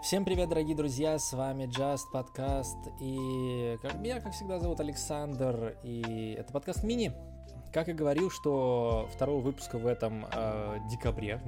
Всем привет, дорогие друзья, с вами Just Подкаст, и меня, как всегда, зовут Александр, и это подкаст мини. Как и говорил, что второго выпуска в этом декабре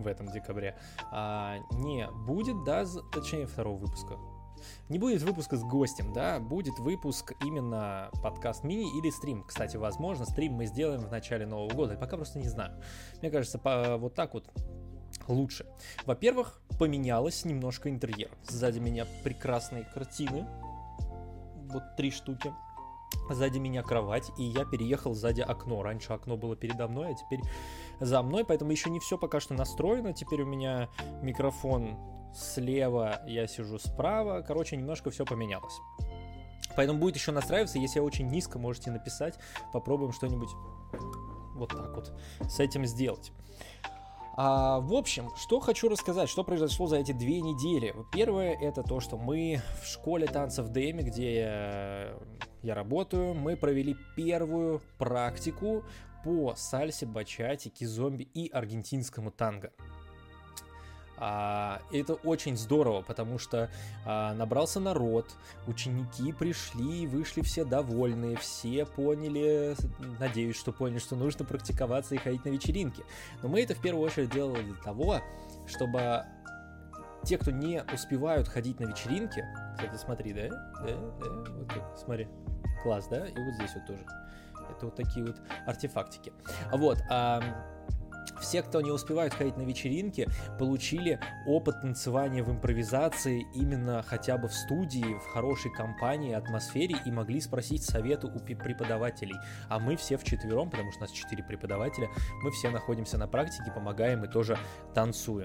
не будет, да, точнее второго выпуска. Не будет выпуска с гостем, да, будет выпуск именно подкаст мини или стрим. Кстати, возможно, стрим мы сделаем в начале Нового года, пока просто не знаю. Мне кажется, вот так вот лучше. Во-первых, поменялось немножко интерьер. Сзади меня прекрасные картины. Вот 3 штуки. Сзади меня кровать, и я переехал сзади окно. Раньше окно было передо мной, а теперь за мной, поэтому еще не все пока что настроено. Теперь у меня микрофон слева, я сижу справа. Короче, немножко все поменялось. Поэтому будет еще настраиваться. Если я очень низко, можете написать. Попробуем что-нибудь вот так вот с этим сделать. В общем, что хочу рассказать, что произошло за эти 2 недели. Первое, это то, что мы в школе танцев ДМ, где я работаю, мы провели первую практику по сальсе, бачате, кизомби и аргентинскому танго. Это очень здорово, потому что набрался народ, ученики пришли, вышли все довольные, все поняли, надеюсь, что поняли, что нужно практиковаться и ходить на вечеринки. Но мы это в первую очередь делали для того, чтобы те, кто не успевают ходить на вечеринки, кстати, смотри, да, вот тут, смотри, класс, да, и вот здесь вот тоже. Это вот такие вот артефактики. Все, кто не успевают ходить на вечеринки, получили опыт танцевания в импровизации именно хотя бы в студии, в хорошей компании, атмосфере и могли спросить совета у преподавателей. А мы все вчетвером, потому что у нас 4 преподавателя, мы все находимся на практике, помогаем и тоже танцуем.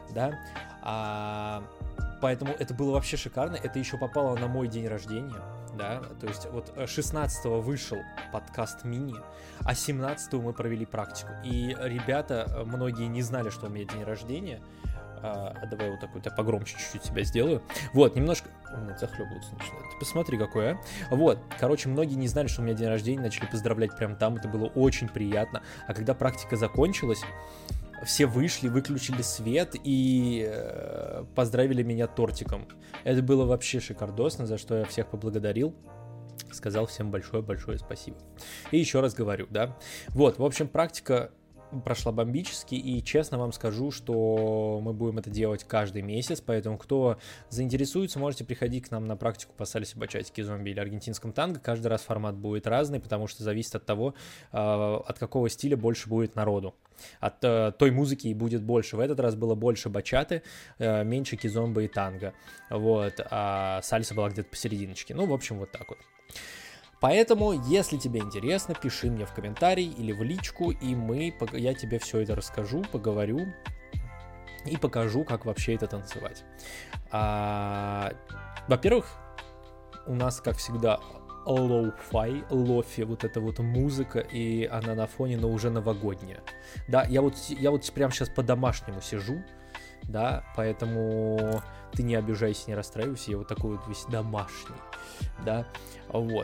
Да? Поэтому это было вообще шикарно. Это еще попало на мой день рождения. Да, то есть вот 16-го вышел подкаст мини, а 17-го мы провели практику. И ребята, многие не знали, что у меня день рождения. Давай вот такой, я погромче чуть-чуть себя сделаю. Вот, немножко... захлебываться начинает. Ты посмотри, какой, а. Вот, короче, многие не знали, что у меня день рождения, начали поздравлять прямо там, это было очень приятно. А когда практика закончилась, все вышли, выключили свет и поздравили меня тортиком. Это было вообще шикардосно, за что я всех поблагодарил. Сказал всем большое-большое спасибо. И еще раз говорю, да. Вот, в общем, практика прошла бомбически, и честно вам скажу, что мы будем это делать каждый месяц, поэтому кто заинтересуется, можете приходить к нам на практику по сальсе, бачате, кизомби или аргентинском танго. Каждый раз формат будет разный, потому что зависит от того, от какого стиля больше будет народу. От той музыки и будет больше. В этот раз было больше бачаты, меньше кизомба и танго. Вот, а сальса была где-то посерединочке. Ну, в общем, вот так вот. Поэтому, если тебе интересно, пиши мне в комментарий или в личку, и я тебе все это расскажу, поговорю и покажу, как вообще это танцевать. Во-первых, у нас, как всегда, лофи, вот эта вот музыка, и она на фоне, но уже новогодняя. Да, я вот прямо сейчас по-домашнему сижу, да, поэтому ты не обижайся, не расстраивайся, я вот такой вот весь домашний, да, вот.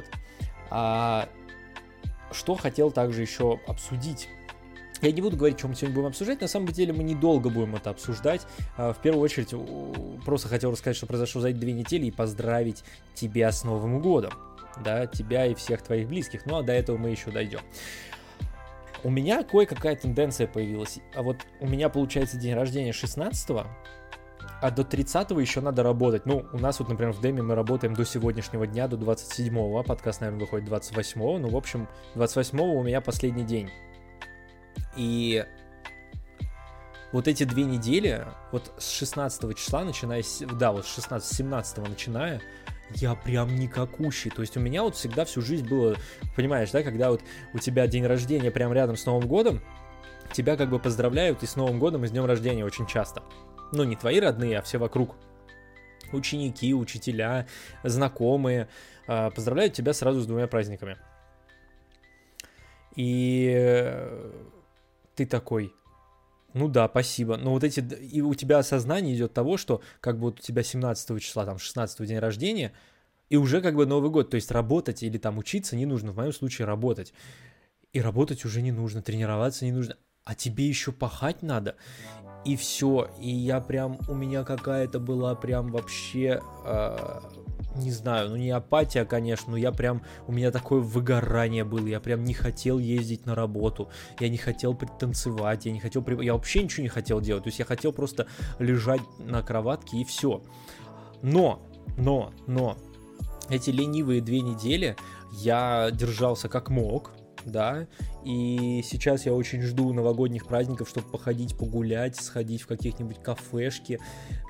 Что хотел также еще обсудить. Я не буду говорить, что мы сегодня будем обсуждать. На самом деле мы недолго будем это обсуждать. В первую очередь просто хотел рассказать, что произошло за эти 2 недели и поздравить тебя с Новым годом. Да, тебя и всех твоих близких. Ну а до этого мы еще дойдем. У меня кое-какая тенденция появилась. А вот у меня получается день рождения 16-го. А до 30-го еще надо работать. Ну, у нас вот, например, в Деме мы работаем до сегодняшнего дня, до 27-го. Подкаст, наверное, выходит 28-го. Ну, в общем, 28-го у меня последний день. И вот эти 2 недели, вот с 16 числа, начиная, да, вот с 17-го начиная, я прям никакущий. То есть у меня вот всегда всю жизнь было, понимаешь, да, когда вот у тебя день рождения прям рядом с Новым годом, тебя как бы поздравляют и с Новым годом, и с днем рождения очень часто. Ну, не твои родные, а все вокруг. Ученики, учителя, знакомые поздравляют тебя сразу с 2 праздниками. И ты такой, ну да, спасибо. Но вот эти, и у тебя осознание идет того, что как бы вот у тебя 17 числа, там 16 день рождения, и уже как бы Новый год. То есть работать или там учиться не нужно. В моем случае работать. И работать уже не нужно, тренироваться не нужно. а тебе еще пахать надо. И все, и я прям, у меня какая-то была прям вообще, не знаю, не апатия, конечно, но у меня такое выгорание было, я прям не хотел ездить на работу, я не хотел танцевать, я вообще ничего не хотел делать, то есть я хотел просто лежать на кроватке и все. Но, эти ленивые 2 недели я держался как мог, да, и сейчас я очень жду новогодних праздников, чтобы походить, погулять, сходить в каких-нибудь кафешки,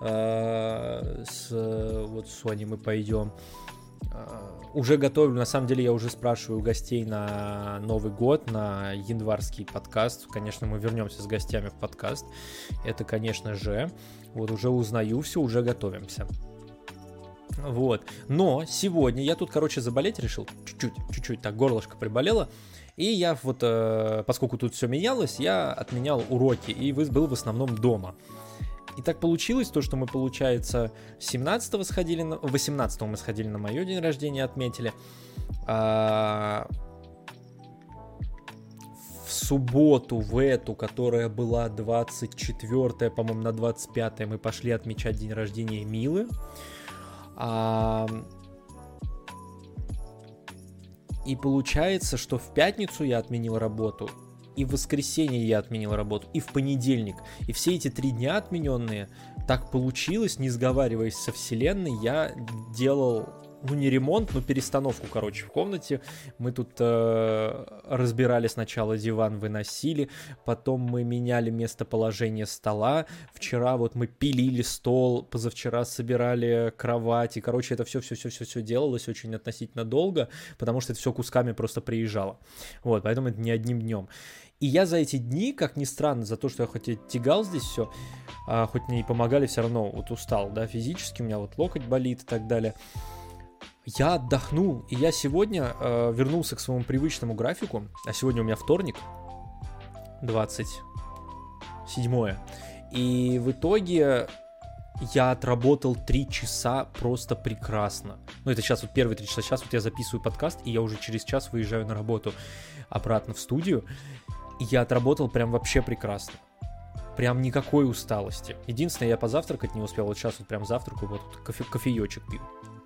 с Соней мы пойдем. Уже готовлю, на самом деле я уже спрашиваю гостей на Новый год, на январский подкаст, конечно, мы вернемся с гостями в подкаст, это, конечно же, вот уже узнаю все, уже готовимся. Вот, но сегодня я тут, заболеть решил, чуть-чуть, так горлышко приболело, и я вот, поскольку тут все менялось, я отменял уроки и был в основном дома. И так получилось, то, что мы, получается, 18-го сходили, 18-го мы сходили на мое день рождения, отметили. В субботу, в эту, которая была 24-я, по-моему, на 25-е, мы пошли отмечать день рождения Милы. И получается, что в пятницу я отменил работу, и в воскресенье я отменил работу, и в понедельник. И все эти 3 дня отмененные, так получилось, не сговариваясь со вселенной, я делал, не ремонт, но перестановку, в комнате. Мы тут разбирали сначала диван, выносили, потом мы меняли местоположение стола. Вчера вот мы пилили стол, позавчера собирали кровать. И, это все делалось очень относительно долго, потому что это все кусками просто приезжало. Вот, поэтому это не одним днем. И я за эти дни, как ни странно, за то, что я хоть и тягал здесь все, хоть мне и помогали, все равно вот устал, да, физически, у меня вот локоть болит и так далее. Я отдохнул, и я сегодня вернулся к своему привычному графику, а сегодня у меня вторник, 27-е, и в итоге я отработал 3 часа просто прекрасно. Это сейчас вот первые 3 часа, сейчас вот я записываю подкаст, и я уже через час выезжаю на работу обратно в студию, и я отработал прям вообще прекрасно. Прям никакой усталости. Единственное, я позавтракать не успел, вот сейчас вот прям завтракаю, вот кофеечек пью.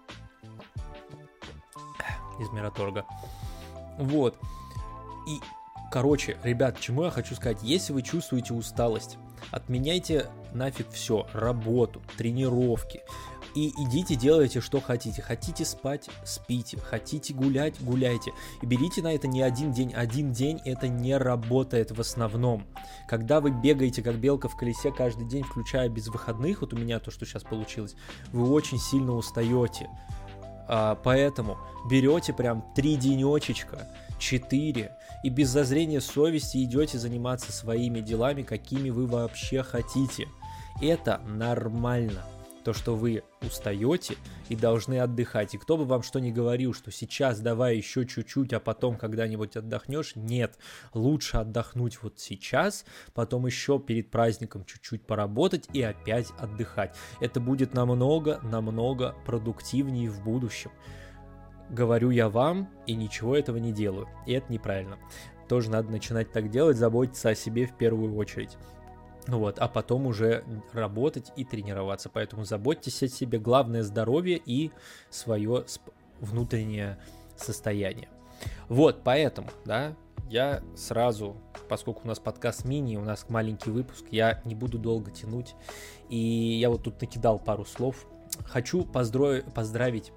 Из Мираторга. Вот. И, ребят, чему я хочу сказать? Если вы чувствуете усталость, отменяйте нафиг все. Работу, тренировки. И идите, делайте, что хотите. Хотите спать – спите. Хотите гулять – гуляйте. И берите на это не один день. Один день это не работает в основном. Когда вы бегаете, как белка в колесе, каждый день, включая без выходных, вот у меня то, что сейчас получилось, вы очень сильно устаете. Поэтому берете прям 3 денечечка, 4, и без зазрения совести идете заниматься своими делами, какими вы вообще хотите. Это нормально. То, что вы устаете и должны отдыхать. И кто бы вам что ни говорил, что сейчас давай еще чуть-чуть, а потом когда-нибудь отдохнешь, нет. Лучше отдохнуть вот сейчас, потом еще перед праздником чуть-чуть поработать и опять отдыхать. Это будет намного продуктивнее в будущем. Говорю я вам, и ничего этого не делаю. И это неправильно. Тоже надо начинать так делать, заботиться о себе в первую очередь. А потом уже работать и тренироваться. Поэтому заботьтесь о себе. Главное — здоровье и свое внутреннее состояние. Поэтому, да, я сразу, поскольку у нас подкаст мини, у нас маленький выпуск, я не буду долго тянуть. И я вот тут накидал пару слов. Хочу поздравить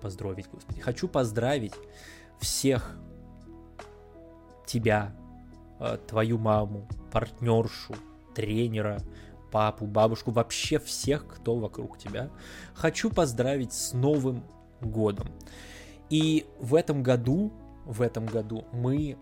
всех тебя, твою маму, партнершу, тренера, папу, бабушку, вообще всех, кто вокруг тебя. Хочу поздравить с Новым годом. И в этом году мы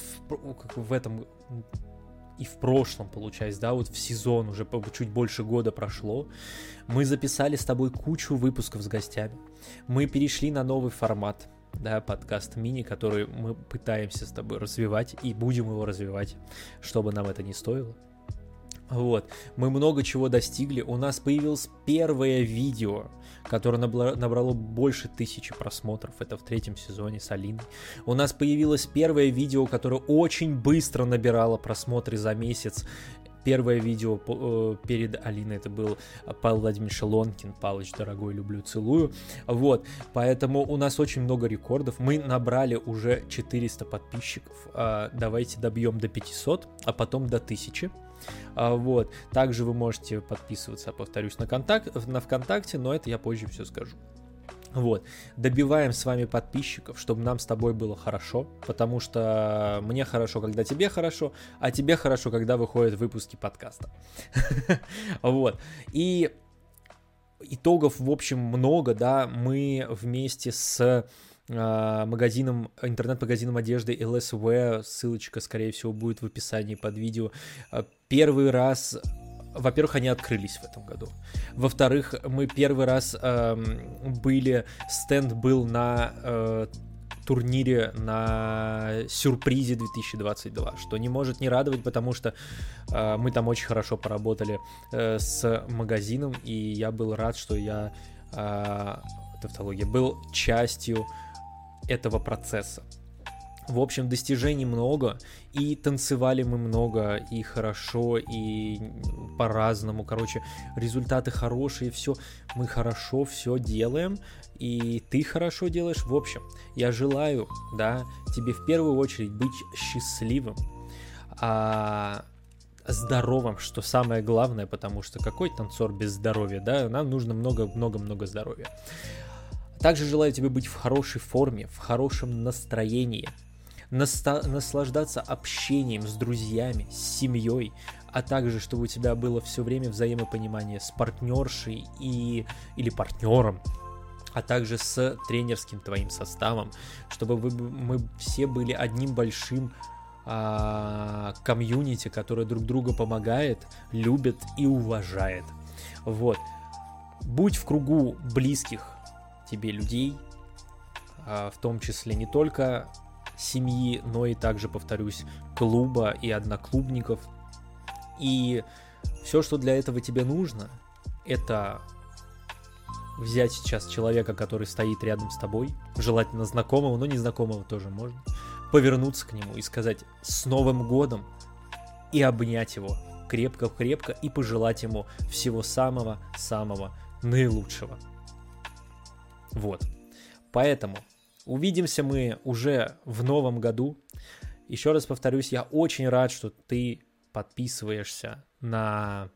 и в прошлом, получается, да, вот в сезон уже чуть больше года прошло, мы записали с тобой кучу выпусков с гостями. Мы перешли на новый формат, да, подкаст мини, который мы пытаемся с тобой развивать и будем его развивать, что бы нам это ни стоило. Вот, мы много чего достигли, у нас появилось первое видео, которое набрало больше 1000 просмотров, это в 3 сезоне с Алиной. У нас появилось первое видео, которое очень быстро набирало просмотры за месяц. Первое видео перед Алиной это был Павел Владимирович Лонкин. Палыч, дорогой, люблю, целую. Вот, поэтому у нас очень много рекордов. Мы набрали уже 400 подписчиков. Давайте добьем до 500, а потом до 1000. Вот. Также вы можете подписываться, повторюсь, на ВКонтакте, но это я позже все скажу. Вот, добиваем с вами подписчиков, чтобы нам с тобой было хорошо, потому что мне хорошо, когда тебе хорошо, а тебе хорошо, когда выходят выпуски подкаста. Вот, и итогов, в общем, много, да, мы вместе с интернет-магазином одежды LSW, ссылочка, скорее всего, будет в описании под видео, первый раз... Во-первых, они открылись в этом году. Во-вторых, мы первый раз стенд был на турнире на сюрпризе 2022, что не может не радовать, потому что мы там очень хорошо поработали с магазином, и я был рад, что я был частью этого процесса. В общем, достижений много, и танцевали мы много, и хорошо, и по-разному. Короче, результаты хорошие, все, мы хорошо все делаем, и ты хорошо делаешь. В общем, я желаю, да, тебе в первую очередь быть счастливым, здоровым, что самое главное, потому что какой танцор без здоровья, да, нам нужно много-много-много здоровья. Также желаю тебе быть в хорошей форме, в хорошем настроении, наслаждаться общением с друзьями, с семьей, а также, чтобы у тебя было все время взаимопонимание с партнершей или партнером, а также с тренерским твоим составом, чтобы мы все были одним большим комьюнити, которое друг друга помогает, любит и уважает. Вот. Будь в кругу близких тебе людей, в том числе не только семьи, но и также, повторюсь, клуба и одноклубников. И все, что для этого тебе нужно, это взять сейчас человека, который стоит рядом с тобой, желательно знакомого, но незнакомого тоже можно, повернуться к нему и сказать «С Новым годом!» и обнять его крепко-крепко и пожелать ему всего самого-самого наилучшего. Вот. Поэтому увидимся мы уже в новом году. Еще раз повторюсь, я очень рад, что ты подписываешься на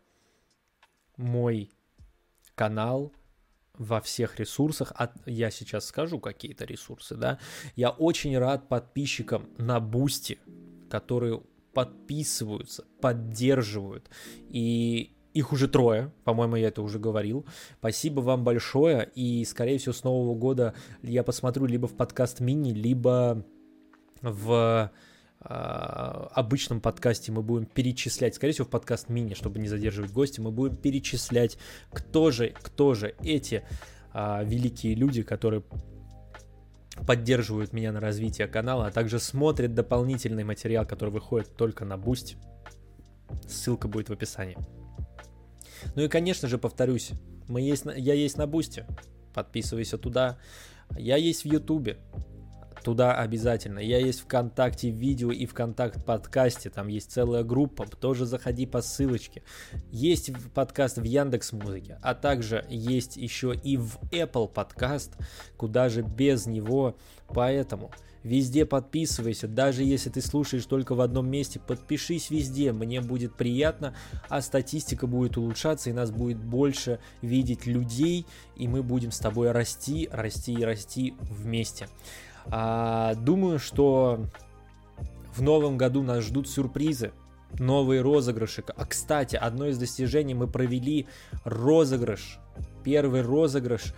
мой канал во всех ресурсах. Я сейчас скажу какие-то ресурсы, да. Я очень рад подписчикам на Boosty, которые подписываются, поддерживают. И их уже 3, по-моему, я это уже говорил. Спасибо вам большое, и, скорее всего, с Нового года я посмотрю либо в подкаст мини, либо в обычном подкасте мы будем перечислять, скорее всего, в подкаст мини, чтобы не задерживать гостя, мы будем перечислять, кто же эти великие люди, которые поддерживают меня на развитие канала, а также смотрят дополнительный материал, который выходит только на Boosty. Ссылка будет в описании. Ну и, конечно же, повторюсь, я есть на Boosty, подписывайся туда. Я есть в Ютубе, туда обязательно. Я есть в ВКонтакте видео и ВКонтакт подкасте, там есть целая группа, тоже заходи по ссылочке. Есть подкаст в Яндекс.Музыке, а также есть еще и в Apple подкаст, куда же без него, поэтому... Везде подписывайся, даже если ты слушаешь только в одном месте, подпишись везде, мне будет приятно, а статистика будет улучшаться, и нас будет больше видеть людей, и мы будем с тобой расти вместе. Думаю, что в новом году нас ждут сюрпризы, новые розыгрыши. Кстати, одно из достижений, мы провели розыгрыш, первый розыгрыш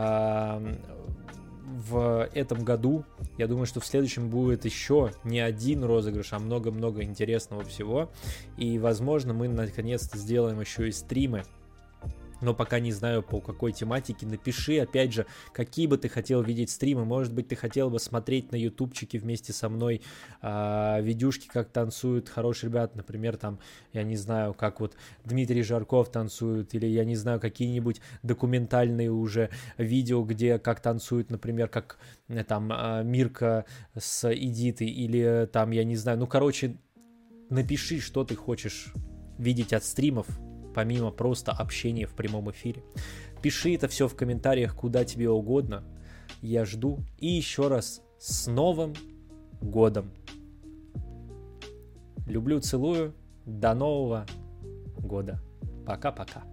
в этом году. Я думаю, что в следующем будет еще не один розыгрыш, а много-много интересного всего. И, возможно, мы наконец-то сделаем еще и стримы но пока не знаю, по какой тематике. Напиши, опять же, какие бы ты хотел видеть стримы. Может быть, ты хотел бы смотреть на ютубчике вместе со мной видюшки, как танцуют хорошие ребята. Например, там, я не знаю, как вот Дмитрий Жарков танцует, или, я не знаю, какие-нибудь документальные уже видео, где как танцуют, например, как там Мирка с Эдитой, или там, я не знаю, ну, короче, напиши, что ты хочешь видеть от стримов, помимо просто общения в прямом эфире. Пиши это все в комментариях, куда тебе угодно. Я жду. И еще раз, с Новым годом! Люблю, целую. До Нового года. Пока-пока.